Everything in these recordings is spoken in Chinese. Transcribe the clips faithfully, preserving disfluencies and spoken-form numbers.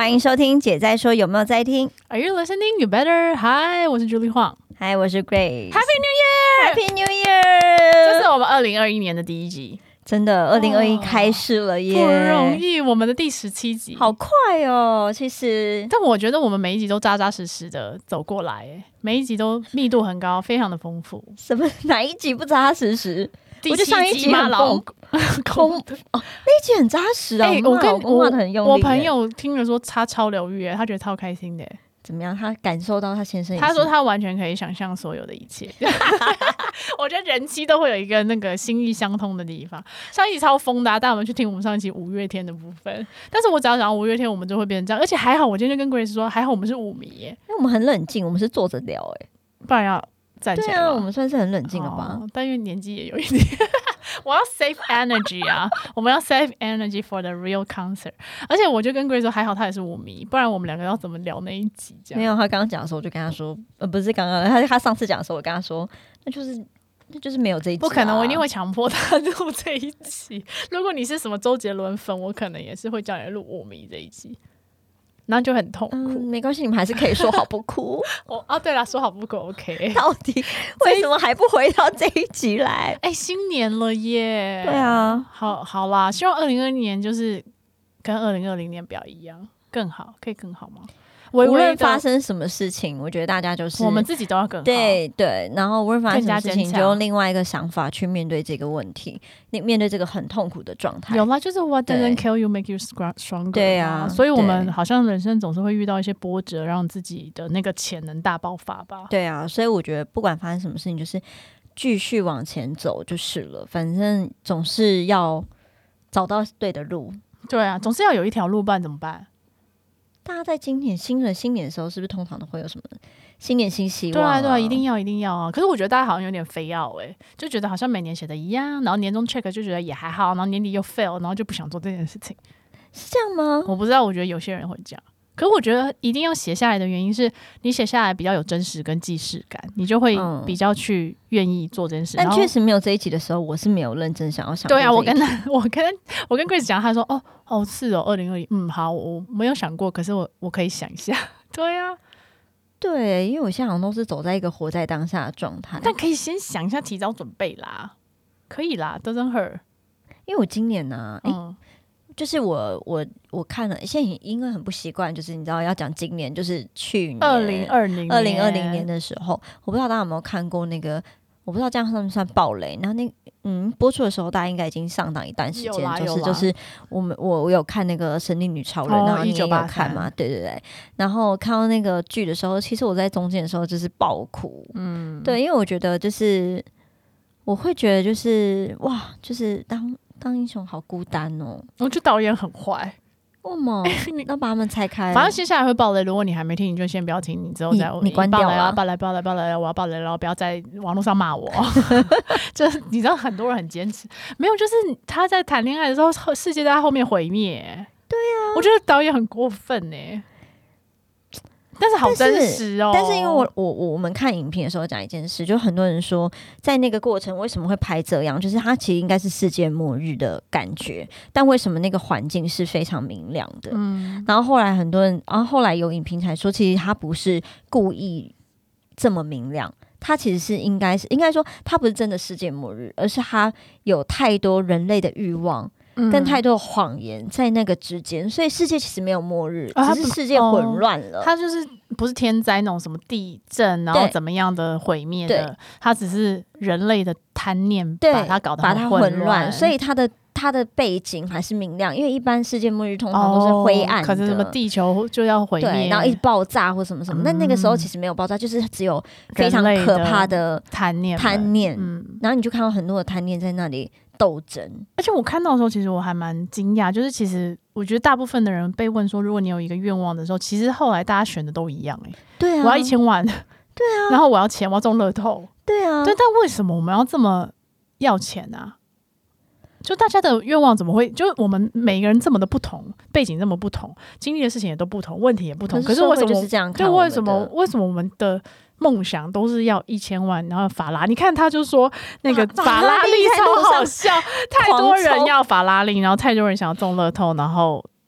欢迎收听姐在说有没有在听 Are you listening? You better. Hi， 我是 Julie Huang。 嗨，我是 Grace。 Happy New Year! Happy New Year！ 这是我们二零二一年的第一集， 真的二零二一开始了耶， 不容易，我们的第十七集， 好快哦。其实但我觉得我们每一集都扎扎实实的走过来，每一集都密度很高，非常的丰富。 什么哪一集不扎扎实实？ 第七我就上一集很疯疯哦，那一集很扎实啊！ 欸、 我我跟我骂得很用力。 我朋友听了说他超疗愈，他觉得超开心的。 怎么样？他感受到他先生也是， 他说他完全可以想象所有的一切。我觉得人妻都会有一个那个心意相通的地方。上一集超疯的、啊，带我们去听我们上一集五月天的部分。但是我只要讲到五月天，我们就会变成这样。而且还好，我今天就跟 Grace 说，还好我们是五迷耶， 因为我们很冷静，我们是坐着聊哎， 不然要站起来。 对啊，我们算是很冷静了吧？ 哦、但因为年纪也有一点。我要 save energy 啊，我们要 save energy for the real concert。而且我就跟 Grace 说，还好他也是舞迷，不然我们两个要怎么聊那一集？这样没有，他刚刚讲的时候，我就跟他说，呃，不是刚刚，他他上次讲的时候，我跟他说，那就是那就是没有这一集、啊， 不可能，我一定会强迫他录这一集。如果你是什么周杰伦粉，我可能也是会叫你录舞迷这一集。然后就很痛苦、 嗯，没关系，你们还是可以说好不哭。 哦啊，对啦，说好不哭 OK。 到底为什么还不回到这一集来？ 哎、欸，新年了耶！ 对啊， 好好啦，希望二零二一年就是跟二零二零年不要一样，更好，可以更好吗？ 无论发生什么事情，我觉得大家就是我们自己都要更好。 对对，然后无论发生什么事情，就用另外一个想法去面对这个问题，面对这个很痛苦的状态。 有啦，就是 What doesn't kill you make you stronger。 对啊， 所以我们好像人生总是会遇到一些波折，让自己的那个潜能大爆发吧。 对啊，所以我觉得不管发生什么事情，就是继续往前走就是了。反正总是要找到对的路。 对啊，总是要有一条路，不然怎么办？ 大家在今年新的新年的时候，是不是通常都会有什么新年新希望、 啊？对啊，对啊，一定要，一定要啊！可是我觉得大家好像有点非要哎、欸，就觉得好像每年写的一样，然后年终 check 就觉得也还好，然后年底又 fail， 然后就不想做这件事情， 是这样吗？ 我不知道，我觉得有些人会这样。可是我觉得一定要写下来的原因是，你写下来比较有真实跟既视感，你就会比较去愿意做这件事。 嗯、但确实没有这一集的时候，我是没有认真想要想。 对啊，我跟他，我跟我跟 Grace 讲，他说哦哦是哦，二零二一，嗯好，我没有想过，可是我我可以想一下。对啊， 对，因为我现在好像都是走在一个活在当下的状态， 但可以先想一下，提早准备啦，可以啦 ，doesn't hurt。 因为我今年呢、啊，哎、欸。 嗯就是我我我看了，现在因为很不习惯，就是你知道要讲今年，就是去年二零二零二零二零年的时候，我不知道大家有没有看过那个，我不知道这样算不算爆雷。然后那嗯播出的时候，大家应该已经上档一段时间，就是就是我们我我有看那个《神力女超人》，然后你也有看嘛？对对对。然后看到那个剧的时候，其实我在中间的时候就是爆哭，嗯，对，因为我觉得就是我会觉得就是哇，就是当。当英雄好孤单哦！ 我觉得导演很坏， 为什么？要把他们拆开。 反正接下来会爆雷，如果你还没听，你就先不要听，你之后再你, 你关掉了。 爆雷，爆雷，爆雷，我要爆雷了，不要在网络上骂我。就是你知道，很多人很坚持，没有，就是他在谈恋爱的时候，世界在他后面毁灭。 对啊， 我觉得导演很过分呢。但是好真实哦！ 但是因为我我我们看影片的时候讲一件事，就很多人说，在那个过程为什么会拍这样，就是它其实应该是世界末日的感觉，但为什么那个环境是非常明亮的？嗯，然后后来很多人，然后后来有影评才说，其实他不是故意这么明亮，他其实是应该是应该说，他不是真的世界末日，而是他有太多人类的欲望。跟太多的谎言在那个之间，所以世界其实没有末日，啊、只是世界混乱了。 它、哦、就是不是天灾那种什么地震，然后怎么样的毁灭的，它只是人类的贪念把它搞得很混乱，把它混乱。 所以它的它的背景还是明亮，因为一般世界末日通常都是灰暗的， 哦、可是什么地球就要毁灭， 然后一爆炸或什么什么。那、嗯、那个时候其实没有爆炸，就是只有非常可怕的贪念贪念。嗯，然后你就看到很多的贪念在那里。斗争， 而且我看到的时候，其实我还蛮惊讶，就是其实我觉得大部分的人被问说，如果你有一个愿望的时候，其实后来大家选的都一样、欸， 对啊， 我要一千万，对啊， 然后我要钱，我要中乐透， 对啊， 对，但为什么我们要这么要钱啊？就大家的愿望怎么会？就我们每个人这么的不同，背景这么不同，经历的事情也都不同，问题也不同，可是为什么就是这样看？ 就为什么为什么我们的梦想都是要一千万，然后法拉，你看他就说那个法拉利超好笑，太多人要法拉利，然后太多人想要中乐透，然后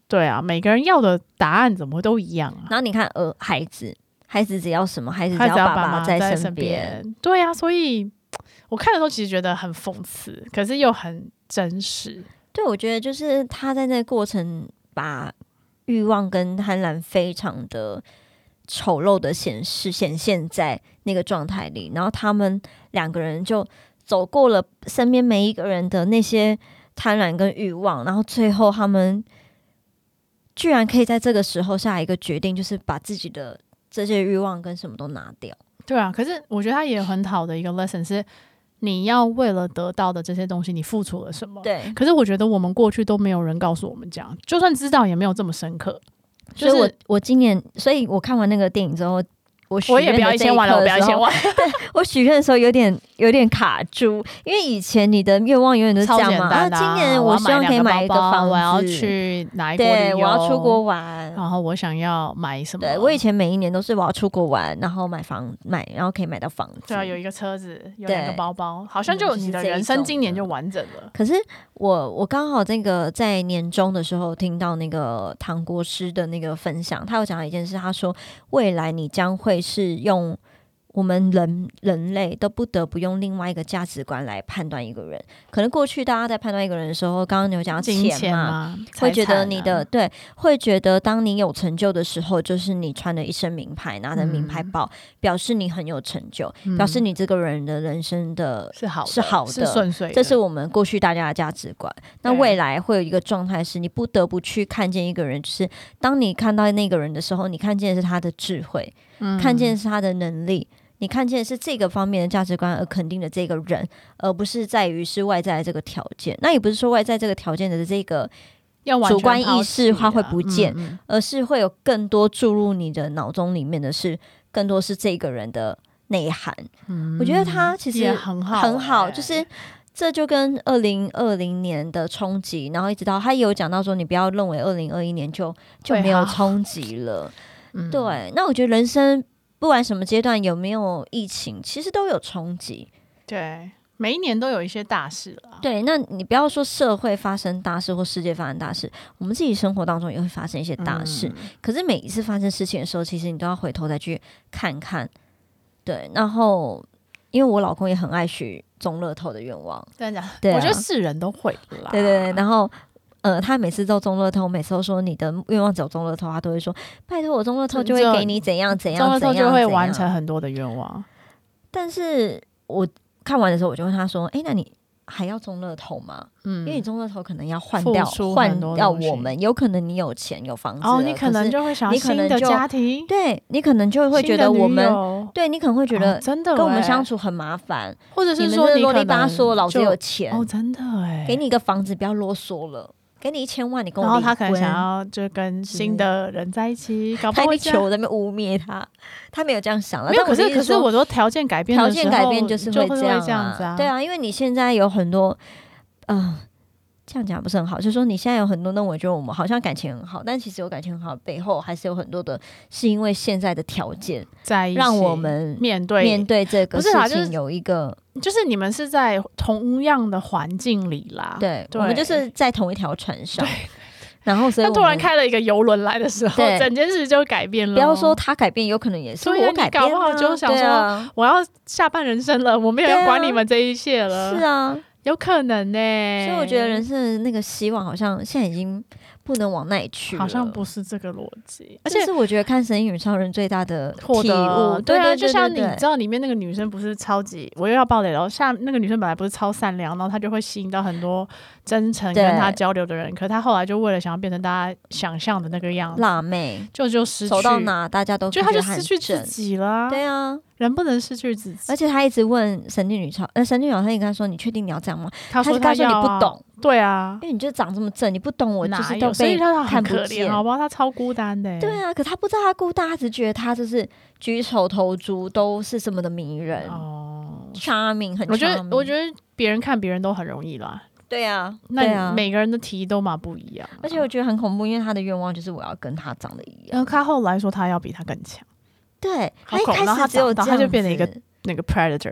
对啊，每个人要的答案怎么会都一样啊？ 然后你看呃孩子孩子只要什么，孩子只他只要爸爸爸妈在身边。对啊，所以我看的时候其实觉得很讽刺，可是又很真实。 对，我觉得就是他在那个过程把欲望跟贪婪非常的丑陋的显示显现在那个状态里，然后他们两个人就走过了身边每一个人的那些贪婪跟欲望，然后最后他们居然可以在这个时候下一个决定，就是把自己的这些欲望跟什么都拿掉。 对啊，可是我觉得他也有很好的一个 lesson 是，你要为了得到的这些东西，你付出了什么？ 对。 可是我觉得我们过去都没有人告诉我们这样，就算知道也没有这么深刻。就是、 所以我我今年，所以我看完那个电影之后。我我也不要一千万了，我不要一千万。 对，我许愿的时候有点有点卡住，因为以前你的愿望永远都是这样嘛。 啊， 今年我希望可以买一个房子， 我要去哪一国旅游，我要出国玩， 然后我想要买什么？ 对，我以前每一年都是我要出国玩，然后买房买，然后可以买到房子。 对啊，有一个车子，有两个包包，好像就你的人生今年就完整了。 可是我我刚好这个在年终的时候听到那个唐国师的那个分享，他有讲到一件事，他说未来你将会是用。我们人人类都不得不用另外一个价值观来判断一个人。可能过去大家在判断一个人的时候，刚刚你有讲到钱嘛，会觉得你的、啊、对，会觉得当你有成就的时候，就是你穿了一身名牌，拿着名牌包、嗯，表示你很有成就、嗯，表示你这个人的人生的是好的， 是好的， 是顺遂的。 这是我们过去大家的价值观。那未来会有一个状态是，你不得不去看见一个人，就是当你看到那个人的时候，你看见的是他的智慧，嗯、看见的是他的能力。你看见的是这个方面的价值观而肯定的这个人，而不是在于是外在的这个条件。那也不是说外在这个条件的这个主观意识它会不见、嗯嗯、而是会有更多注入你的脑中里面的是更多是这个人的内涵、嗯、我觉得他其实很好、欸、 很好，就是这就跟二零二零年的冲击，然后一直到他也有讲到说你不要认为二零二一年就就没有冲击了、嗯、对，那我觉得人生不管什么阶段有没有疫情，其实都有冲击。 对，每一年都有一些大事啦。 对，那你不要说社会发生大事或世界发生大事，我们自己生活当中也会发生一些大事、嗯、可是每一次发生事情的时候，其实你都要回头再去看看。对，然后因为我老公也很爱许中乐透的愿望， 真的假的？对、啊，我觉得是人都会啦。 对对对，然后呃，他每次都中乐透，每次都说你的愿望只有中乐透，他都会说拜托我中乐透就会给你怎样怎样， 中乐透就会完成很多的愿望。 但是我看完的时候，我就问他说：“哎、欸，那你还要中乐透吗？嗯，因为你中乐透可能要换掉换掉我们，有可能你有钱有房子， 哦，你可能就会想要新的家庭， 对你可能就会觉得我们，对你可能会觉得、 哦、真的跟我们相处很麻烦， 或者是说你啰里吧嗦，老子有钱哦，真的哎， 给你一个房子，不要啰嗦了。”给你一千万，你跟我离婚， 然后他可能想要就跟新的人在一起，搞不好会求在那边污蔑他，他没有这样想了。 没有，可是可是我说条件改变的时候， 条件改变就是会这样、啊、 这样子啊， 对啊，因为你现在有很多，嗯、呃，这样讲不是很好，就是说你现在有很多人，我觉得我们好像感情很好，但其实有感情很好的背后，还是有很多的，是因为现在的条件在一起， 让我们面对面对这个事情有一个。 就是你们是在同样的环境里啦， 对， 对， 我们就是在同一条船上，然后所以他突然开了一个邮轮来的时候，整件事就改变了。 不要说他改变，有可能也是我改变、啊， 搞不好就想说、啊、我要下半人生了，我没有要管你们这一切了。 是啊， 有可能呢、欸。 所以我觉得人生的那个希望好像现在已经不能往那里去了， 好像不是这个逻辑。 而且是我觉得看《神隐与超人》最大的体悟， 对啊， 对对对对对， 就像你知道里面那个女生不是超级，我又要爆雷了。像那个女生本来不是超善良，然后她就会吸引到很多真诚跟她交流的人，可她后来就为了想要变成大家想象的那个样子， 辣妹， 就就失去， 走到哪大家都就她就失去自己了、啊。 对啊， 人不能失去自己。 而且她一直问神力女超，呃，神力女超，她也跟她说：“你确定你要这样吗？” 她说她说你不懂。 对啊， 因为你就长这么正，你不懂我就是都被看不见， 好不好？他超孤单的、欸。 对啊，可他不知道他孤单，他只觉得他就是举手投足都是这么的迷人哦 ，charming 很 charming。 我觉得，我觉得别人看别人都很容易啦。 对啊， 那每个人的题都嘛不一样、啊。 而且我觉得很恐怖，因为他的愿望就是我要跟他长得一样。 然后他后来说他要比他更强。 对，他一开始只有这样子， 他就变成一个那个 predator。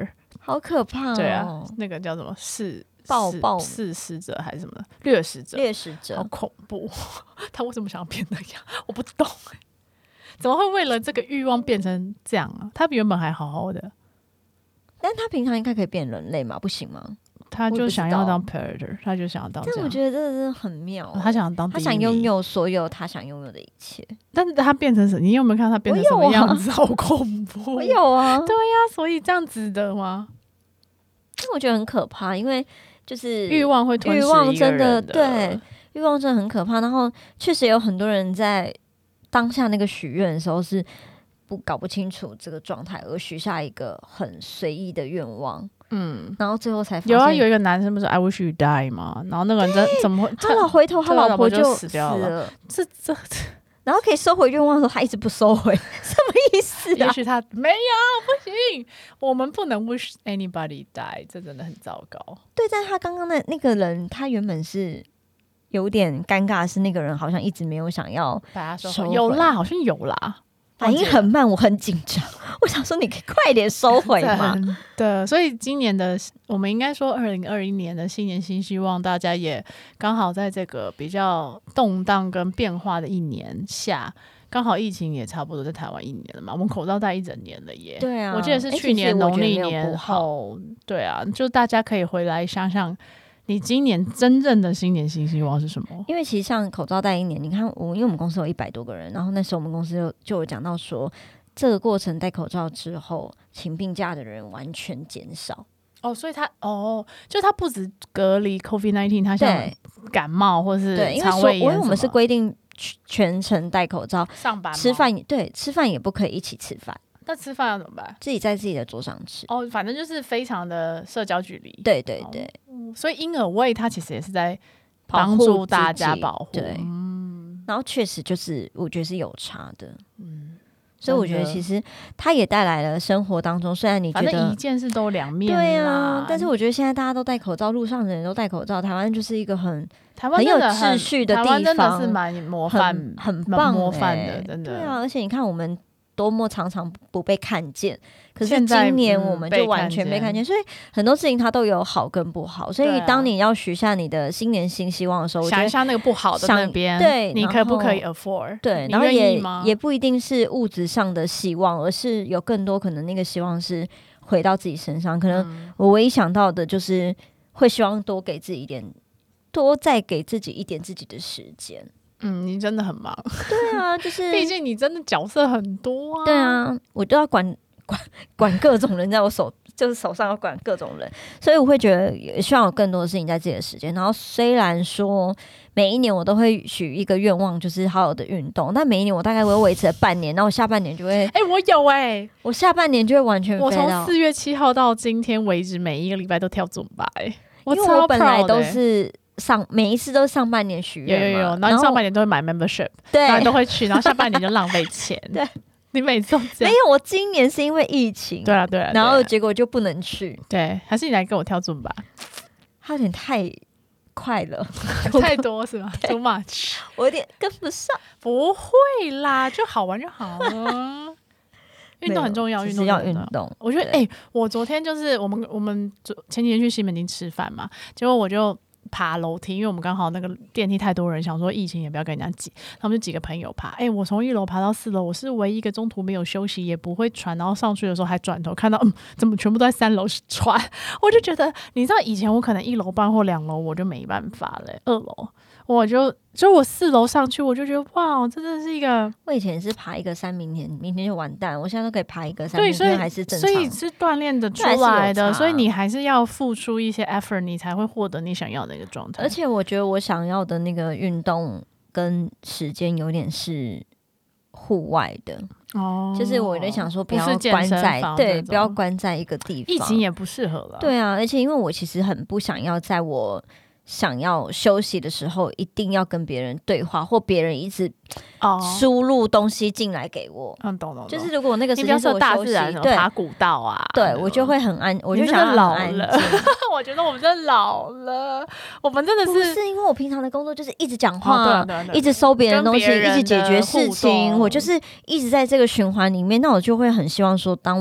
好可怕哦！ 对啊，那个叫什么弑暴暴弑食者还是什么的掠食者， 掠食者好恐怖！他为什么想要变那样？我不懂、欸，怎么会为了这个欲望变成这样啊？他比原本还好好的， 但他平常应该可以变人类吗？不行吗？ 他就想要当 predator， 他就想要当这样。 但我觉得这个真的很妙、欸， 他想当第一名， 他想拥有所有他想拥有的一切。 但是他变成什么？你有没有看到他变成什么样子？好恐怖！ 我有啊， 对呀、啊，所以这样子的吗？ 但我觉得很可怕，因为就是欲望会吞噬欲望真的， 对，欲望真的很可怕。然后确实有很多人在当下那个许愿的时候是不搞不清楚这个状态，而许下一个很随意的愿望。嗯，然后最后才发现有啊，有一个男生不是 I wish you die 吗？然后那个人真怎么会？ 他老回头，他老婆就死掉了。这这， 然后可以收回愿望的时候，他一直不收回，什么意思啊？ 也许他没有，不行，我们不能 wish anybody die， 这真的很糟糕。 对，但他刚刚的那个人，他原本是有点尴尬的是，那个人好像一直没有想要把他收回。有啦，好像有啦。 反应很慢，我很紧张。我想说，你可以快点收回嘛。 对，所以今年的我们应该说二零二一年的新年新希望，大家也刚好在这个比较动荡跟变化的一年下，刚好疫情也差不多在台湾一年了嘛，我们口罩戴一整年了耶。 对啊， 我记得是去年农历年后，对啊，就大家可以回来想想。你今年真正的新年新希望是什么？ 因为其实像口罩戴一年，你看我，因为我们公司有一百多个人，然后那时候我们公司就就有讲到说，这个过程戴口罩之后，请病假的人完全减少。 哦，所以他哦，就他不止隔离 COVID 十九，他像感冒或是肠胃炎， 因为我们是规定全程戴口罩， 上班吃饭对吃饭也不可以一起吃饭。 那吃饭要怎么办？ 自己在自己的桌上吃。 哦，反正就是非常的社交距离。 对对对、 哦，所以婴儿胃它其实也是在帮助大家保护。 对，嗯，然后确实就是我觉得是有差的，嗯，所以我觉得其实它也带来了生活当中，虽然你觉得反正一件事都两面， 对啊，但是我觉得现在大家都戴口罩，路上的人都戴口罩，台湾就是一个很台湾很有秩序的地方， 台湾真的是蛮模范、 很很棒、 模范的，真的。 对啊，而且你看我们多么常常不被看见，可是今年我们就完全被看见，所以很多事情它都有好跟不好。所以当你要许下你的新年新希望的时候， 想一下那个不好的那边， 对， 你可不可以 afford？ 对，然后也也不一定是物质上的希望，而是有更多可能那个希望是回到自己身上。可能我唯一想到的就是会希望多给自己一点，多再给自己一点自己的时间。 嗯，你真的很忙。 对啊，就是毕竟你真的角色很多啊。 对啊，我都要管管管各种人，在我手就是手上要管各种人，所以我会觉得也希望有更多的事情在自己的时间。然后虽然说每一年我都会许一个愿望，就是好好的运动，但每一年我大概会维持了半年，然后我下半年就会， 哎、欸，我有哎、欸， 我下半年就会完全飞到。 我从四月七号到今天为止，每一个礼拜都跳尊巴、欸， 我因为我本来都是。上每一次都是上半年许愿， 有有有，然后你上半年都会买 membership， 对， 然后你都会去，然后下半年就浪费钱。 对， 你每次都这样。 没有，我今年是因为疫情， 对啊对啊， 然后结果就不能去。 对，还是你来跟我跳尊吧？ 他有点太快了， 太多是吗 ？Too much， 我有点跟不上。 不会啦，就好玩就好了。运动很重要，运动要运动。 我觉得，哎、欸，我昨天就是我们我们前几天去西门町吃饭嘛，结果我就爬楼梯，因为我们刚好那个电梯太多人，想说疫情也不要跟人家挤，他们就几个朋友爬。哎、欸，我从一楼爬到四楼，我是唯一一个中途没有休息，也不会喘，然后上去的时候还转头看到，嗯，怎么全部都在三楼喘？我就觉得，你知道以前我可能一楼半或两楼我就没办法了，二楼我就。就我四楼上去，我就觉得哇，真的是一个。 我以前是爬一个山，明天明天就完蛋。我现在都可以爬一个山，明天还是正常。 所以是锻炼的出来的，所以你还是要付出一些 effort， 你才会获得你想要的那个状态。 而且我觉得我想要的那个运动跟时间有点是户外的哦，就是我有点想说不要关在对，不要关在一个地方。 疫情也不适合了。 对啊，而且因为我其实很不想要在我。想要休息的时候，一定要跟别人对话，或别人一直输入东西进来给我。 嗯，懂懂。 就是如果那个时间是我休息， 对，爬古道啊， 对我就会很安，我就想要很安静。 我觉得我们真的老了，我们真的是不是因为我平常的工作就是一直讲话，一直收别人的东西，一直解决事情，我就是一直在这个循环里面。那我就会很希望说，当我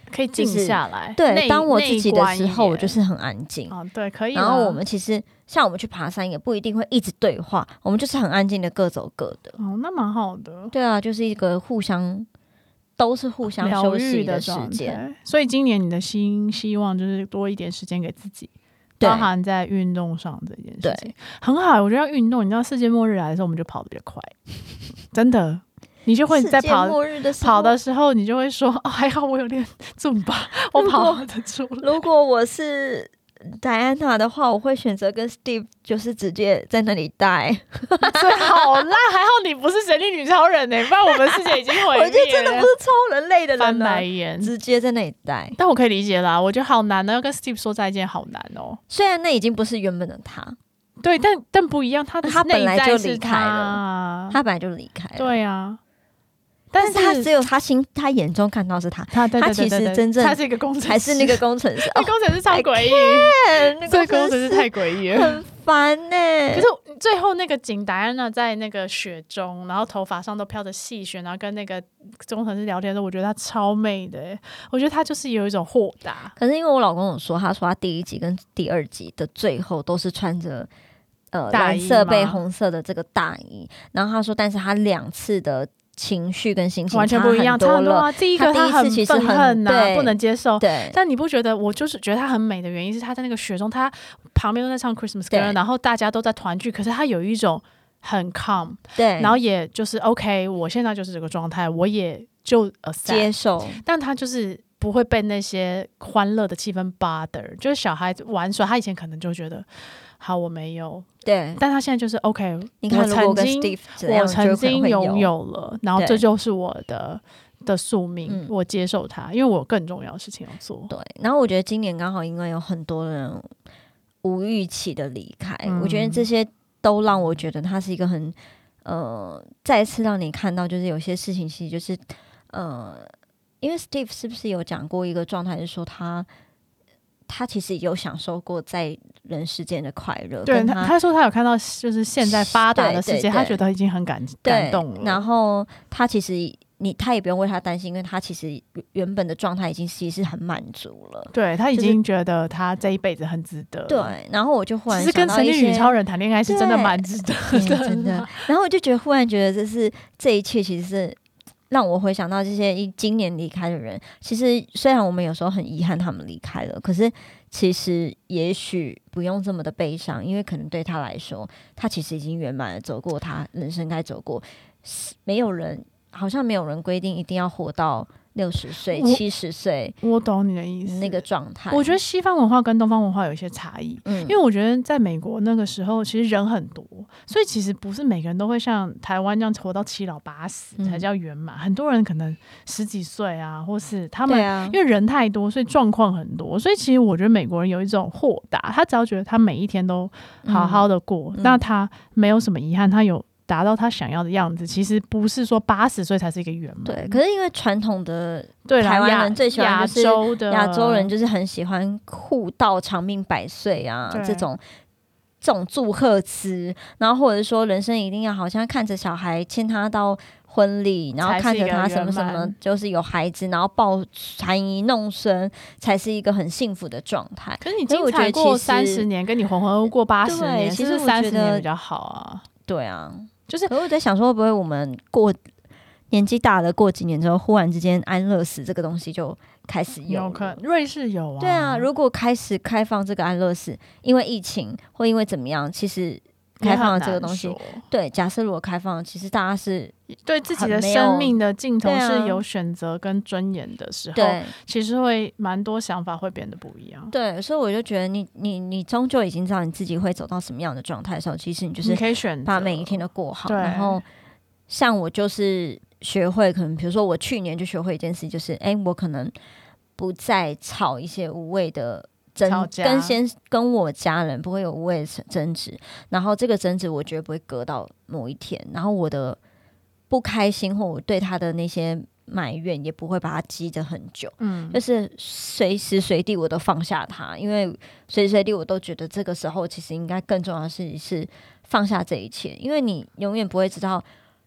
可以静下来。 就是、对，当我自己的时候，我就是很安静。 哦，对，可以。 然后我们其实像我们去爬山，也不一定会一直对话，我们就是很安静的各走各的。 哦，那蛮好的。 对啊，就是一个互相都是互相休息的时间。 所以今年你的新希望就是多一点时间给自己。包含在运动上这件事情很好，我觉得要运动，你知道世界末日来的时候我们就跑得比较快，真的，你就会在跑的跑的时候，你就会说哦，还好我有练尊巴，我跑得出来。 如果我是戴安娜的话，我会选择跟 Steve 就是直接在那里待。 这好烂，还好你不是神力女超人呢、欸，不然我们世界已经毁灭了。 我觉得真的不是超人类的人、啊， 翻白眼， 直接在那里待。 但我可以理解啦，我觉得好难呢，要跟 Steve 说再见，好难哦。 虽然那已经不是原本的他， 对，但但不一样，他的他本来就离开了，他本来就离开了， 对啊。 但是他只有他心，他眼中看到是他， 他对对对对对他其实真正他是一个工程师， 还是那个工程师， 那工程师超诡异，这个工程师太诡异了， 很烦呢、欸。 可是最后那个景戴安娜在那个雪中，然后头发上都飘着细雪，然后跟那个工程师聊天的时候，我觉得她超美的、欸，我觉得她就是有一种豁达。 可是因为我老公有说，他说他第一集跟第二集的最后都是穿着呃蓝色被红色的这个大衣，然后他说，但是他两次的情绪跟心情完全不一样，差很多啊！第一个他很愤恨啊，不能接受。 对， 但你不觉得？我就是觉得他很美的原因是他在那个雪中，他旁边都在唱 Christmas 歌，然后大家都在团聚，可是他有一种很 calm， 对， 然后也就是 OK， 我现在就是这个状态，我也就 accept 接受， 但他就是不会被那些欢乐的气氛 bother， 就是小孩子玩耍，他以前可能就觉得。好，我没有， 对， 但他现在就是 OK。 你看， 我曾经， 我曾经拥有了，然后这就是我的的宿命、嗯，我接受它，因为我有更重要的事情要做。 对，然后我觉得今年刚好因为有很多人无预期的离开、嗯，我觉得这些都让我觉得它是一个很呃，再次让你看到，就是有些事情其实就是呃，因为 Steve 是不是有讲过一个状态，是说他。他其实有享受过在人世间的快乐， 对他他说他有看到就是现在发达的世界，他觉得已经很感感动了。 然后他其实你他也不用为他担心，因为他其实原本的状态已经其实很满足了， 对他已经觉得他这一辈子很值得。 对，然后我就忽然其实跟神力女超人谈恋爱是真的蛮值得的， 真的。然后我就觉得忽然觉得这是这一切其实是。让我回想到这些今年离开的人，其实虽然我们有时候很遗憾他们离开了，可是其实也许不用这么的悲伤，因为可能对他来说，他其实已经圆满了走过他人生该走过。没有人，好像没有人规定一定要活到六十岁、七十岁。 我懂你的意思， 那个状态。 我觉得西方文化跟东方文化有一些差异，嗯，因为我觉得在美国那个时候，其实人很多，所以其实不是每个人都会像台湾这样活到七老八十才叫圆满、嗯。很多人可能十几岁啊，或是他们、啊、因为人太多，所以状况很多，所以其实我觉得美国人有一种豁达，他只要觉得他每一天都好好的过，嗯、那他没有什么遗憾，他有。达到他想要的样子，其实不是说八十岁才是一个圆满。 对，可是因为传统的台湾人最喜欢就是亚洲的亚洲人，就是很喜欢护到长命百岁啊，这种这种祝贺词，然后或者说人生一定要好像看着小孩牵他到婚礼，然后看着他什么什么，就是有孩子，然后抱含饴弄孙，才是一个很幸福的状态。 可是你精彩过三十年，跟你浑浑噩过八十年，其实三十年比较好啊。 对啊。就是，我在想说，会不会我们过年纪大了，过几年之后，忽然之间安乐死这个东西就开始有了？ 有可能，瑞士有啊。 对啊，如果开始开放这个安乐死，因为疫情或因为怎么样，其实开放了这个东西，对，假设如果开放，其实大家是对自己的生命的尽头是有选择跟尊严的时候，对，其实会蛮多想法会变得不一样。 对，所以我就觉得你你你终究已经知道你自己会走到什么样的状态的时候，其实你就是你可以选把每一天都过好。然后像我就是学会，可能比如说我去年就学会一件事，就是哎、欸，我可能不再吵一些无谓的。跟先跟我家人不会有无谓的争执，然后这个争执我绝对不会隔到某一天，然后我的不开心或我对他的那些埋怨也不会把它积得很久，嗯，就是随时随地我都放下他，因为随时随地我都觉得这个时候其实应该更重要的事情是放下这一切，因为你永远不会知道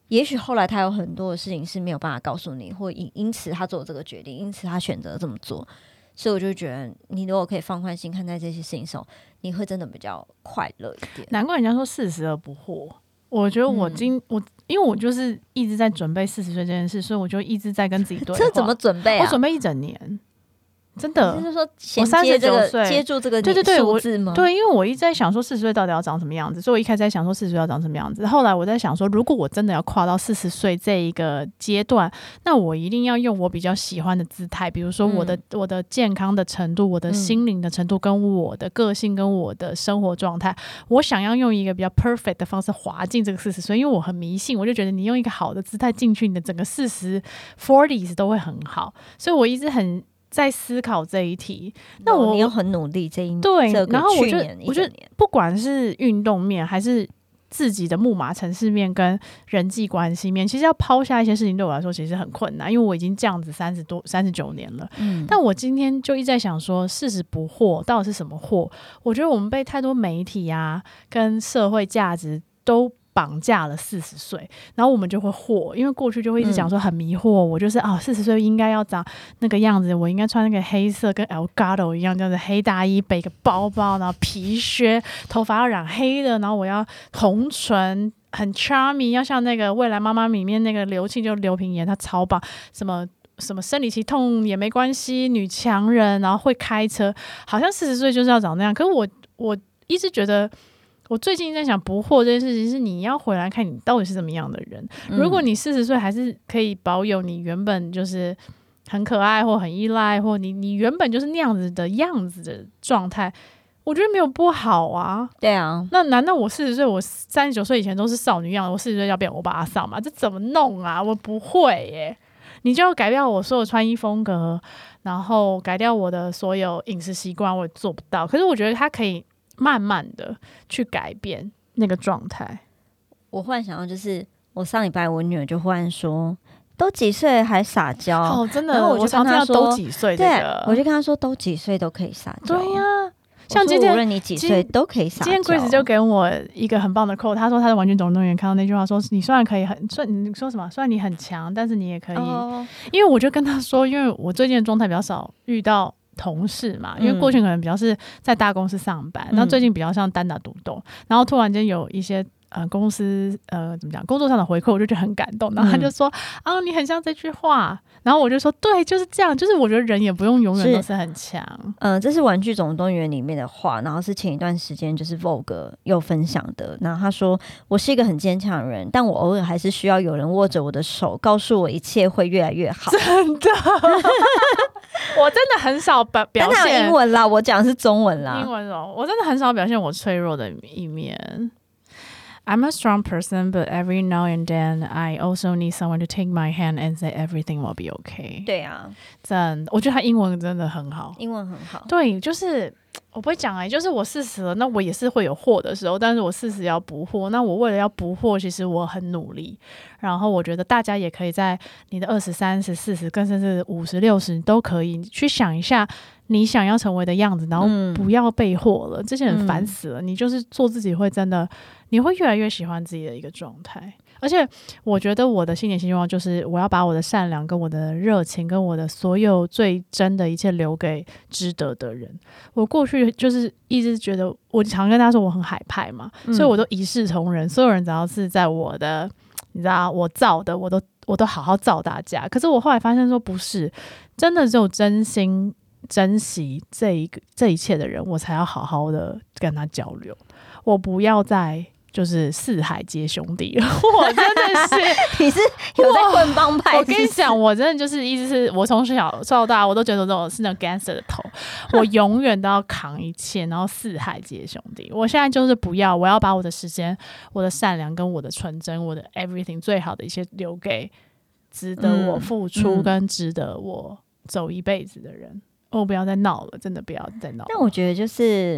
也许后来他有很多的事情是没有办法告诉你，或因因此他做这个决定，因此他选择这么做。所以我就觉得，你如果可以放宽心看待这些事情的时候，你会真的比较快乐一点。 难怪人家说四十而不惑。我觉得我今、嗯、我因为我就是一直在准备四十岁这件事，所以我就一直在跟自己对话。 这怎么准备啊？ 我准备一整年。真的， 就是说衔接这个接住这个对对对数字吗？ 对，因为我一直在想说四十岁到底要长什么样子，所以我一开始在想说四十岁要长什么样子。后来我在想说，如果我真的要跨到四十岁这一个阶段，那我一定要用我比较喜欢的姿态，比如说我的、嗯、我的健康的程度，我的心灵的程度，跟我的个性，跟我的生活状态，我想要用一个比较 perfect 的方式滑进这个四十岁。因为我很迷信，我就觉得你用一个好的姿态进去，你的整个四十 forties 都会很好，所以我一直很。在思考这一题，那我你又很努力这一对， 这个然后我就我觉得不管是运动面还是自己的木马程式面跟人际关系面，其实要抛下一些事情对我来说其实很困难，因为我已经这样子三十多三十九年了、嗯、但我今天就一直在想说四十不惑到底是什么惑。我觉得我们被太多媒体啊跟社会价值都绑架了四十岁，然后我们就会惑，因为过去就会一直讲说很迷惑、嗯、我就是啊四十岁应该要长那个样子，我应该穿那个黑色跟 Elgato 一样这样子黑大衣，背个包包，然后皮靴，头发要染黑的，然后我要红唇，很 charming， 要像那个未来妈妈里面那个刘庆，就刘品言，她超棒，什么什么生理期痛也没关系，女强人，然后会开车，好像四十岁就是要长那样。可是我我一直觉得。我最近在想不惑这件事情，是你要回来看你到底是怎么样的人、嗯、如果你四十岁还是可以保有你原本就是很可爱或很依赖，或你你原本就是那样子的样子的状态，我觉得没有不好啊。 对啊， 那难道我四十岁我三十九岁以前都是少女样，我四十岁要变欧巴桑吗？这怎么弄啊？我不会耶。你就要改掉我所有穿衣风格，然后改掉我的所有饮食习惯，我也做不到。可是我觉得它可以慢慢的去改变那个状态。 我忽然想到，就是我上礼拜我女儿就忽然说，都几岁还撒娇哦，真的。 然后我就跟她说都几岁、这个、 对，我就跟她说都几岁都可以撒娇。 对呀、啊，像今天无论你几岁都可以撒娇。 今天 Grace 就给我一个很棒的 quote， 他说他在玩具总动员看到那句话说，你虽然可以很虽你说什么，虽然你很强，但是你也可以、哦、因为我就跟他说，因为我最近的状态比较少遇到同事嘛，因为过去可能比较是在大公司上班、嗯、然后最近比较像单打独斗，然后突然间有一些呃公司呃怎么讲工作上的回馈，我就觉得很感动，然后他就说、嗯、啊你很像这句话，然后我就说对就是这样，就是我觉得人也不用永远都是很强。 嗯、呃，这是玩具总动员里面的话，然后是前一段时间就是 Vogue 有分享的，然后他说我是一个很坚强的人，但我偶尔还是需要有人握着我的手告诉我一切会越来越好。 真的我真的很少表现， 但他有英文啦，我讲的是中文啦。 英文哦，我真的很少表现我脆弱的一面。I'm a strong person, but every now and then I also need someone to take my hand and say everything will be okay. 对啊， 真的，我觉得他英文真的很好， 英文很好。 对，就是我不会讲哎、欸，就是我四十了，那我也是会有惑的时候，但是我四十要不惑，那我为了要不惑，其实我很努力。然后我觉得大家也可以在你的二十、三十、四十，更甚至五十、六十都可以去想一下你想要成为的样子，然后不要被惑了，这些人烦死了、嗯。你就是做自己，会真的，你会越来越喜欢自己的一个状态。而且我觉得我的新年新希望就是我要把我的善良跟我的热情跟我的所有最真的一切留给值得的人。我过去就是一直觉得，我常跟大家说我很海派嘛、嗯、所以我都一视同仁，所有人只要是在我的你知道我造的我都我都好好造大家。可是我后来发现说不是，真的只有真心珍惜这一个这一切的人，我才要好好的跟他交流。我不要再就是四海皆兄弟了，我真的是你是有在混帮派是不是？ 我跟你讲，我真的就是一直是我从小到大我都觉得我是那个 gangster 的头，我永远都要扛一切，然后四海皆兄弟。我现在就是不要，我要把我的时间、我的善良跟我的纯真、我的 everything 最好的一些留给值得我付出跟值得我走一辈子的人。嗯哦，不要再闹了，真的不要再闹了。 但我觉得就是，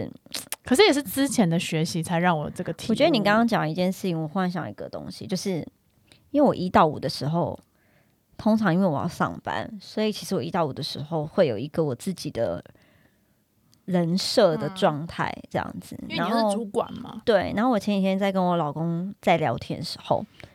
可是也是之前的学习才让我这个体悟。 我觉得你刚刚讲一件事情，我忽然想一个东西，就是因为我一到五的时候，通常因为我要上班，所以其实我一到五的时候会有一个我自己的人设的状态，这样子、 嗯。因为你是主管嘛。 对，然后我前几天在跟我老公在聊天的时候，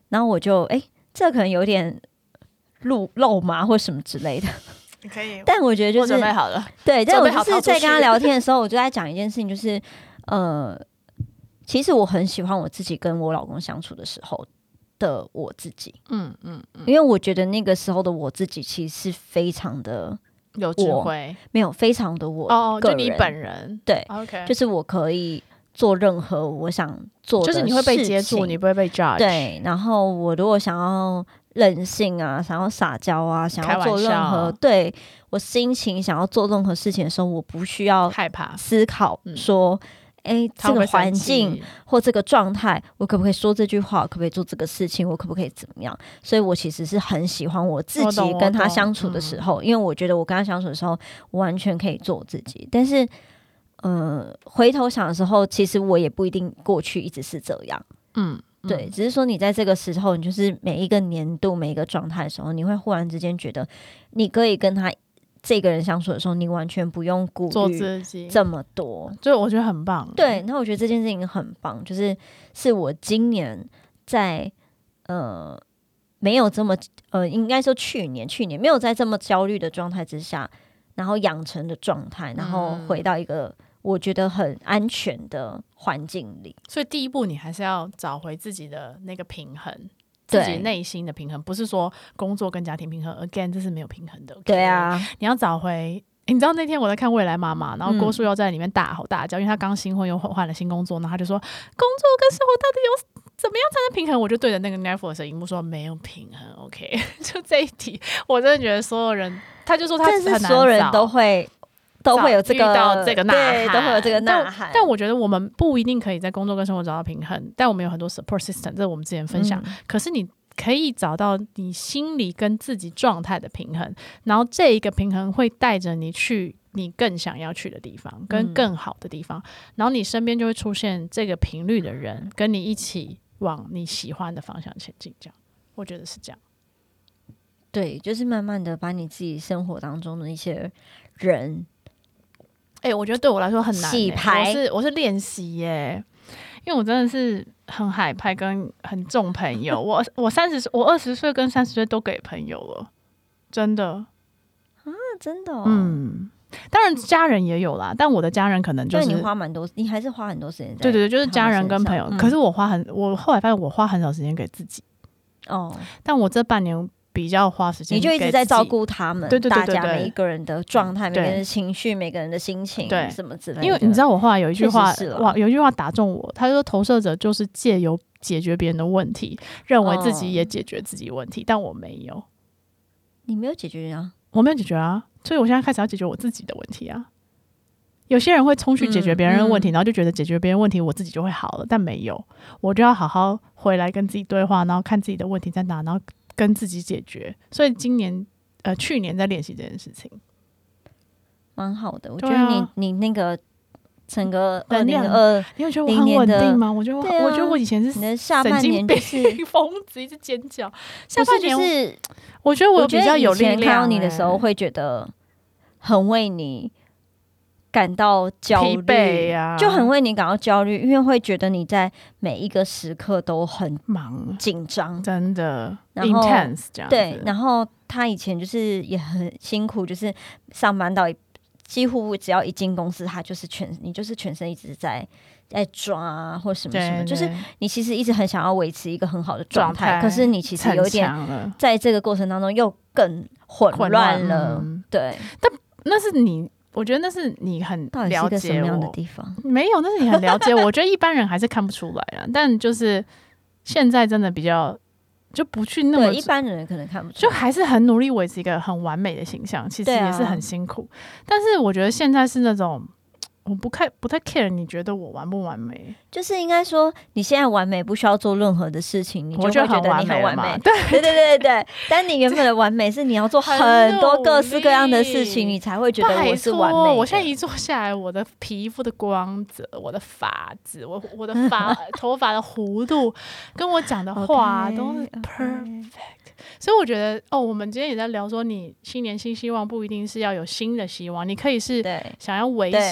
然后我就哎、欸，这可能有点露露麻或什么之类的。 你可以， 但我觉得就是我准备好了， 对，但我就是在跟他聊天的时候，我就在讲一件事情，就是呃，其实我很喜欢我自己跟我老公相处的时候的我自己， 嗯嗯嗯， 因为我觉得那个时候的我自己其实是非常的有智慧， 没有非常的我哦，就你本人， 对 ，OK， 就是我可以做任何我想做的事情， 就是你会被接住，你不会被 judge， 对，然后我如果想要任性啊，想要撒娇啊，想要做任何对我心情想要做任何事情的时候，我不需要害怕思考说，哎、嗯欸，这个环境或这个状态，我可不可以说这句话？可不可以做这个事情？我可不可以怎么样？所以我其实是很喜欢我自己跟他相处的时候，因为我觉得我跟他相处的时候，我完全可以做我自己。但是，呃，回头想的时候，其实我也不一定过去一直是这样。嗯。对，只是说你在这个时候，你就是每一个年度、每一个状态的时候，你会忽然之间觉得，你可以跟他这个人相处的时候，你完全不用顾虑这么多， 所以我觉得很棒。 对，那我觉得这件事情很棒，就是是我今年在呃没有这么呃，应该说去年去年没有在这么焦虑的状态之下，然后养成的状态，然后回到一个我觉得很安全的环境里。 所以第一步你还是要找回自己的那个平衡，自己内心的平衡，不是说工作跟家庭平衡 again 这是没有平衡的、okay? 对啊，你要找回、欸、你知道那天我在看未来妈妈，然后郭书又在里面大吼大叫、嗯、因为她刚新婚又换了新工作，然后她就说工作跟生活到底有怎么样才能平衡，我就对着那个 Netflix 的荧幕说没有平衡 OK 就这一题我真的觉得所有人，他就说他很难找， 但是所有人都会都会有这个遇到这个呐喊， 对，都会有这个呐喊。 但, 但我觉得我们不一定可以在工作跟生活找到平衡，但我们有很多 support system， 这是我们之前分享、嗯、可是你可以找到你心里跟自己状态的平衡，然后这一个平衡会带着你去你更想要去的地方跟更好的地方、嗯、然后你身边就会出现这个频率的人跟你一起往你喜欢的方向前进，这样我觉得是这样。 对，就是慢慢的把你自己生活当中的一些人哎、欸，我觉得对我来说很难、欸， 洗牌， 我是我是练习耶，因为我真的是很海派跟很重朋友，我我三十岁，我二十岁跟三十岁都给朋友了，真的啊，真的、哦， 嗯，当然家人也有啦，但我的家人可能就是你花蛮多，你还是花很多时间在， 对对对，就是家人跟朋友、嗯，可是我花很，我后来发现我花很少时间给自己，哦，但我这半年。比较花时间， 你就一直在照顾他们， 对对对对对， 大家每一个人的状态、每个人的情绪、每个人的心情，对什么之类的。 因为你知道，我后来有一句话，哇，有一句话打中我，他说投射者就是借由解决别人的问题，认为自己也解决自己问题，哦、但我没有。 你没有解决啊？ 我没有解决啊，所以我现在开始要解决我自己的问题啊。有些人会冲去解决别人的问题、嗯嗯，然后就觉得解决别人问题我自己就会好了，但没有，我就要好好回来跟自己对话，然后看自己的问题在哪，然后跟自己解决。所以今年呃去年在练习这件事情， 蛮好的。我觉得你、啊、你那个整个二零二， 你有觉得我很稳定吗？我觉得我、啊、我觉得我以前是你的下半年就是疯子一直尖叫，下半年就是我觉得我比较有力量、欸。 看到你的时候会觉得很为你感到焦虑、啊、就很为你感到焦虑，因为会觉得你在每一个时刻都很忙、 紧张， 真的 intense 这样子。 对，然后他以前就是也很辛苦，就是上班到几乎只要一进公司，他就是全你就是全身一直在在抓啊，或什么什么，就是你其实一直很想要维持一个很好的状态，可是你其实有点在这个过程当中又更混乱了。嗯、对， 但那是你。我觉得那是你很了解我， 到底是个什么样的地方？ 没有，那是你很了解我。我觉得一般人还是看不出来啊。但就是现在真的比较就不去那么， 对一般人可能看不出来， 就还是很努力维持一个很完美的形象，其实也是很辛苦。啊、但是我觉得现在是那种。我不太不太 care， 你觉得我完不完美？ 就是应该说，你现在完美不需要做任何的事情，你就会觉得你很完美。 对对对对对。但你原本的完美是你要做很多各式各样的事情，你才会觉得我是完美的。 我现在一坐下来，我的皮肤的光泽，我的发质，我我的发头发的弧度，跟我讲的话、okay, 都是 perfect。所以我觉得哦，我们今天也在聊说，你新年新希望不一定是要有新的希望，你可以是想要维持这个状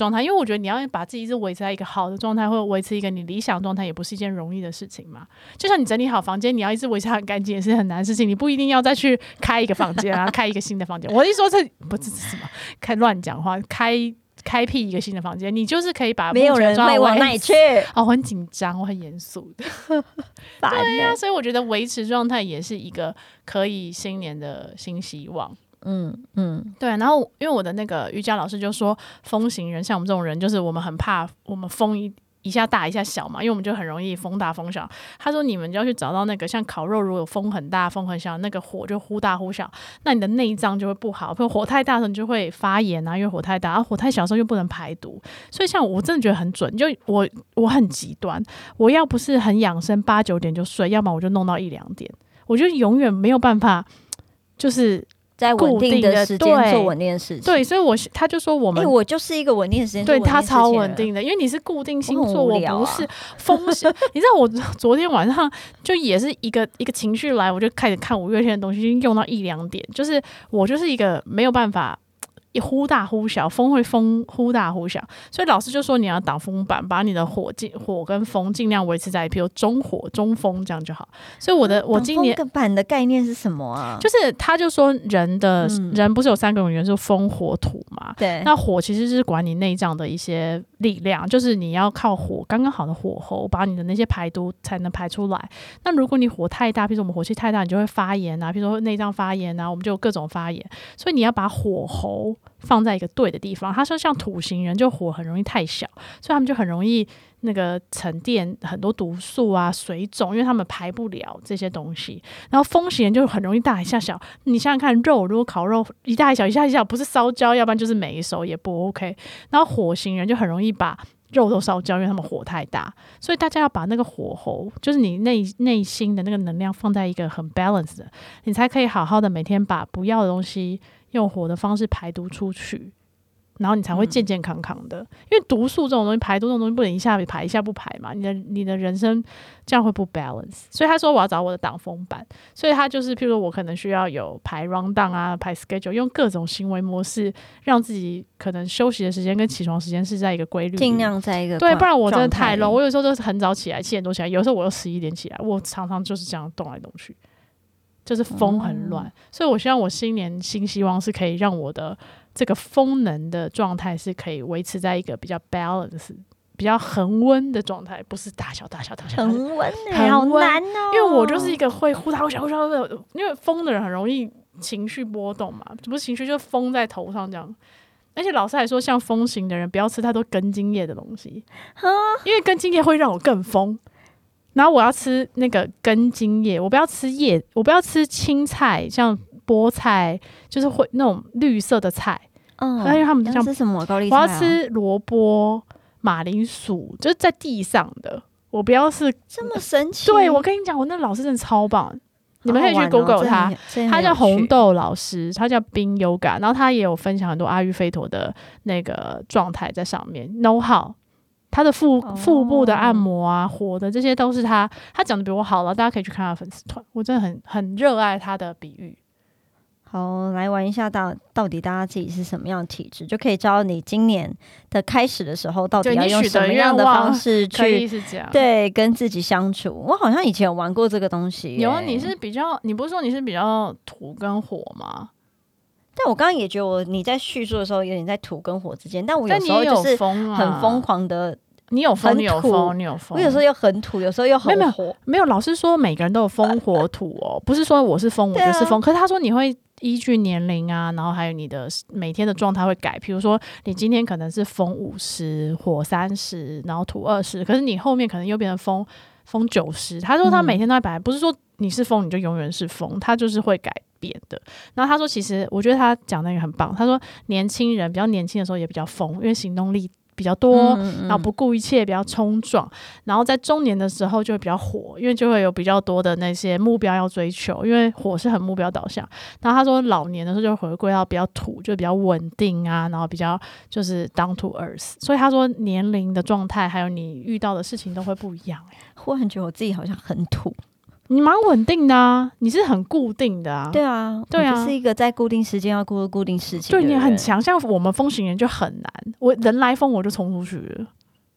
状态，因为我觉得你要把自己一直维持在一个好的状态，或者维持一个你理想状态，也不是一件容易的事情嘛。就像你整理好房间，你要一直维持很干净，也是很难的事情。你不一定要再去开一个房间啊，开一个新的房间。我一说这不是什么开乱讲话，开开辟一个新的房间，你就是可以把没有人会往那里去。 哦，我很紧张，我很严肃的。对呀、啊，所以我觉得维持状态也是一个可以新年的新希望。嗯嗯，对。然后因为我的那个瑜伽老师就说，风型人像我们这种人，就是我们很怕我们风一一下大一下小嘛，因为我们就很容易风大风小。他说你们就要去找到那个像烤肉，如果有风很大风很小，那个火就忽大忽小，那你的内脏就会不好。比如火太大的时候你就会发炎啊，因为火太大，然后火太小的时候又不能排毒。所以像我真的觉得很准，就我我很极端，我要不是很养生，八九点就睡，要不然我就弄到一两点，我就永远没有办法就是在稳定的时间做稳定的事情。 对，所以我他就说我们、欸、 我就是一个稳定的时间做稳定的事情。 对，他超稳定的，因为你是固定星座，我, 我不是风险。你知道我昨天晚上就也是一个一个情绪来，我就开始看五月天的东西，用到一两点，就是我就是一个没有办法一忽大忽小，风会风忽大忽小，所以老师就说你要挡风板，把你的火火跟风尽量维持在比如中火中风这样就好。所以我的、啊、我今年挡风板的概念是什么啊？ 就是他就说人的、嗯、人不是有三个元素风火土嘛？ 对， 那火其实是管你内脏的一些力量，就是你要靠火刚刚好的火候把你的那些排毒才能排出来。那如果你火太大，譬如说我们火气太大，你就会发炎啊，譬如说内脏发炎啊，我们就有各种发炎。所以你要把火候放在一个对的地方。他说像土型人就火很容易太小，所以他们就很容易那个沉淀很多毒素啊水肿，因为他们排不了这些东西。然后风型人就很容易大一下小，你想想看，肉如果烤肉一大一小一下一小，不是烧焦，要不然就是没熟，也不 OK。然后火型人就很容易把肉都烧焦，因为他们火太大。所以大家要把那个火候，就是你内内心的那个能量放在一个很 balance 的，你才可以好好的每天把不要的东西用火的方式排毒出去，然后你才会健健康康的、嗯、因为毒素这种东西，排毒这种东西不能一下排一下不排嘛，你的你的人生这样会不 balance。 所以他说我要找我的挡风板，所以他就是譬如说我可能需要有排 round down 啊，排 schedule， 用各种行为模式让自己可能休息的时间跟起床时间是在一个规律， 尽量在一个对，不然我真的太乱。我有时候就是很早起来七点多起来，有时候我又十一点起来，我常常就是这样动来动去，就是风很乱、嗯、所以我希望我新年新希望是可以让我的这个风能的状态是可以维持在一个比较 balance 比较恒温的状态，不是大小大小大小恒温欸，好难哦。 因为我就是一个会忽大忽小忽小，因为风的人很容易情绪波动嘛，不是情绪就是风在头上这样。而且老师还说像风型的人不要吃太多根茎叶的东西，因为根茎叶会让我更疯。然后我要吃那个根茎叶，我不要吃叶，我不要吃青菜，像菠菜，就是会那种绿色的菜。嗯，因为他们像吃什么高丽菜、啊？ 我要吃萝卜、马铃薯，就是在地上的。我不要是这么神奇。 对，我跟你讲，我那老师真的超棒，你们可以去 Google 他，他叫红豆老师，他叫冰 Yoga， 然后他也有分享很多阿育吠陀的那个状态在上面 know how。他的腹腹部的按摩啊、oh. 火的这些都是他他讲的比我好了，大家可以去看他的粉丝团，我真的很很热爱他的比喻。 好，来玩一下到到底大家自己是什么样的体质，就可以知道你今年的开始的时候到底要用什么样的方式去对跟自己相处。我好像以前有玩过这个东西、欸， 有啊，你是比较，你不是说你是比较土跟火吗？ 但我刚刚也觉得我你在叙述的时候有点在土跟火之间，但我有时候就是很疯狂的。 你有风，你有风，你有风。 我有时候又很土，有时候又很火。 没有，没有。老师说每个人都有风火土哦，不是说我是风，我就是风。啊、可是他说你会依据年龄啊，然后还有你的每天的状态会改。比如说你今天可能是风五十，火三十，然后土二十，可是你后面可能又变成风风九十。他说他每天都在摆，嗯、不是说你是风你就永远是风，他就是会改变的。然后他说其实我觉得他讲的也很棒，他说年轻人比较年轻的时候也比较疯，因为行动力比较多，嗯嗯，然后不顾一切，比较冲撞。然后在中年的时候就会比较火，因为就会有比较多的那些目标要追求，因为火是很目标导向。然后他说老年的时候就回归到比较土，就比较稳定啊，然后比较就是 down to earth。所以他说年龄的状态还有你遇到的事情都会不一样、欸、 我很觉得我自己好像很土。 你蛮稳定的啊，你是很固定的啊。 对啊，对啊，我就是一个在固定时间要做固定事情的人。 对，你很强，像我们风行人就很难，我人来疯我就冲出去了。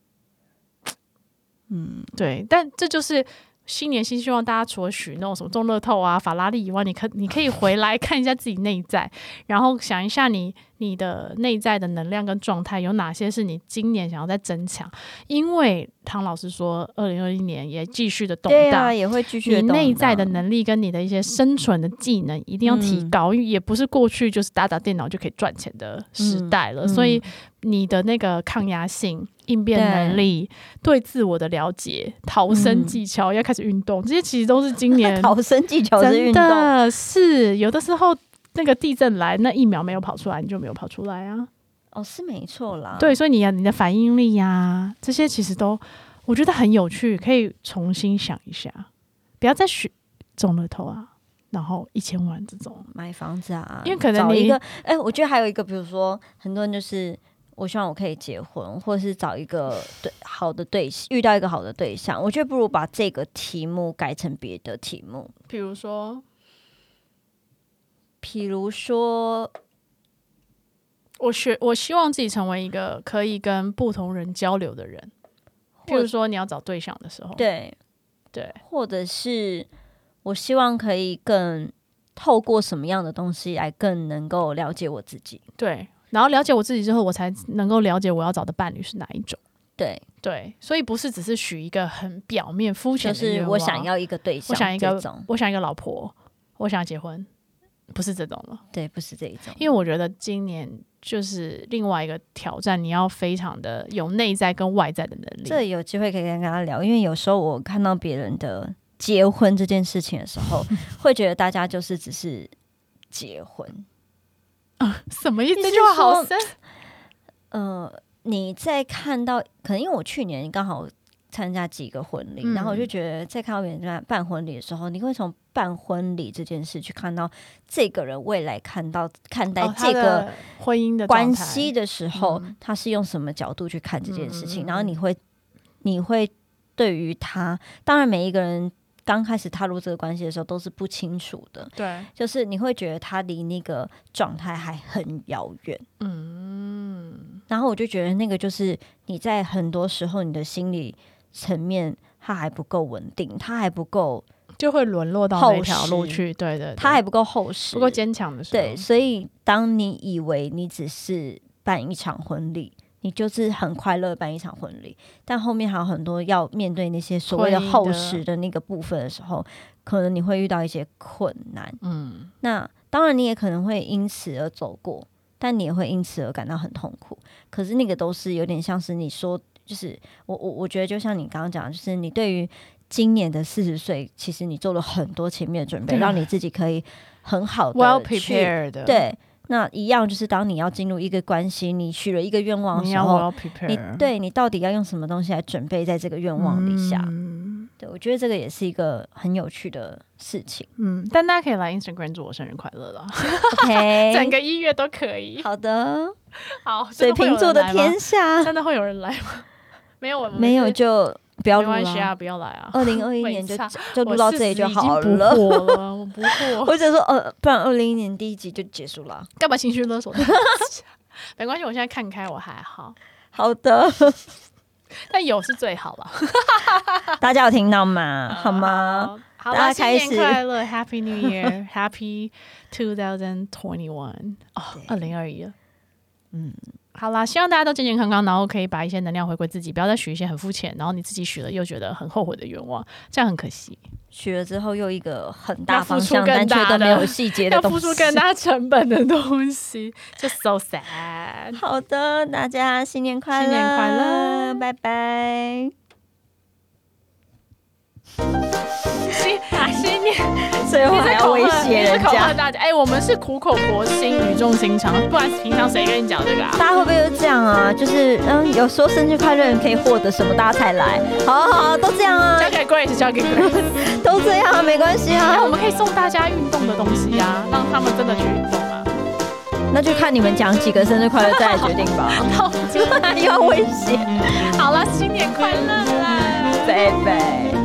嗯，对，但这就是新年新希望，大家除了许那种什么中乐透啊、法拉利以外，你可你可以回来看一下自己内在，然后想一下你你的内在的能量跟状态有哪些是你今年想要再增强。因为汤老师说，二零二一年也继续的动荡， 对啊，也会继续的动荡。 你内在的能力跟你的一些生存的技能一定要提高，因为也不是过去就是打打电脑就可以赚钱的时代了，嗯、所以你的那个抗压性、应变能力、对自我的了解、逃生技巧、嗯、要开始运动，这些其实都是今年逃生技巧是运动， 真的是有的时候那个地震来，那一秒没有跑出来，你就没有跑出来啊。 哦，是没错啦。 对，所以你你的反应力呀、啊，这些其实都我觉得很有趣，可以重新想一下，不要再许中乐透啊，然后一千万这种买房子啊， 因为可能你找一个，哎、欸，我觉得还有一个，比如说很多人就是我希望我可以结婚，或者是找一个对好的对遇到一个好的对象，我觉得不如把这个题目改成别的题目， 比如说， 比如说。 我学，我希望自己成为一个可以跟不同人交流的人。譬如说，你要找对象的时候， 对对， 或者是我希望可以更透过什么样的东西来更能够了解我自己。 对，然后了解我自己之后，我才能够了解我要找的伴侣是哪一种。 对对，所以不是只是许一个很表面肤浅的愿望， 就是我想要一个对象， 我想一个，我想一个老婆，我想结婚，不是这种了。 对，不是这一种， 因为我觉得今年。就是另外一个挑战，你要非常的有内在跟外在的能力。 这有机会可以跟他聊，因为有时候我看到别人的结婚这件事情的时候，会觉得大家就是只是结婚。 啊、什么意思？这句话好深。 呃，你在看到，可能因为我去年刚好参加几个婚礼、嗯，然后我就觉得在看到别人办婚礼的时候，你会从办婚礼这件事去看到这个人未来看到看待这个婚姻的关系的时候、哦，他是用什么角度去看这件事情，嗯、然后你会你会对于他，当然每一个人刚开始踏入这个关系的时候都是不清楚的， 对， 就是你会觉得他离那个状态还很遥远，嗯，然后我就觉得那个就是你在很多时候你的心理层面他还不够稳定，他还不够。 就会沦落到那条路去，对 对, 对， 他还不够厚实， 不够坚强的时候。 对，所以当你以为你只是办一场婚礼，你就是很快乐办一场婚礼，但后面还有很多要面对那些所谓的厚实的那个部分的时候，可能你会遇到一些困难。嗯，那当然你也可能会因此而走过，但你也会因此而感到很痛苦。可是那个都是有点像是你说，就是我我我觉得就像你刚刚讲，就是你对于。今年的四十岁，其实你做了很多前面的准备，让你自己可以很好的 well prepared。 对，那一样就是当你要进入一个关系，你许了一个愿望的时候， 你要 well prepared。 你对你到底要用什么东西来准备在这个愿望底下？嗯、对，我觉得这个也是一个很有趣的事情。 嗯，但大家可以来 Instagram 祝我生日快乐了。 OK， 整个一月都可以。 好的， 好， 水瓶座的天下， 真的会有人来吗？没有， 没有就。不要录了， 没关系啊，不要来啊！ 二零二一年就就录到这里就好了。 我不惑了，我不惑。 或者说，呃，不然二零一年第一集就结束了。 干嘛情绪勒索？没关系，我现在看开，我还好。 好的， 但有是最好了。 大家有听到吗？好吗？ 好，大家开始，新年快乐 ，Happy New Year，Happy twenty twenty-one。哦，二零二一了。嗯。好啦，希望大家都健健康康，然后可以把一些能量回归自己，不要再许一些很肤浅，然后你自己许了又觉得很后悔的愿望，这样很可惜。 许了之后又一个很大方向，但却都没有细节的东西， 要付出更大成本的东西，就 so sad。 好的，大家新年快乐， 新年快乐， 拜拜。 新新年， 最后还要威胁人家， 大家哎、欸，我们是苦口婆心、语重心长，不然平常谁跟你讲这个啊？ 大家会不会就这样啊？就是嗯，有说生日快乐可以获得什么，大家才来。好好好，都这样啊。 交给 Grace， 交给 Grace， 都这样啊，没关系啊。 欸、我们可以送大家运动的东西啊，让他们真的去运动啊。 那就看你们讲几个生日快乐再来决定吧。又要威胁。 好了，新年快乐啦！ 拜拜。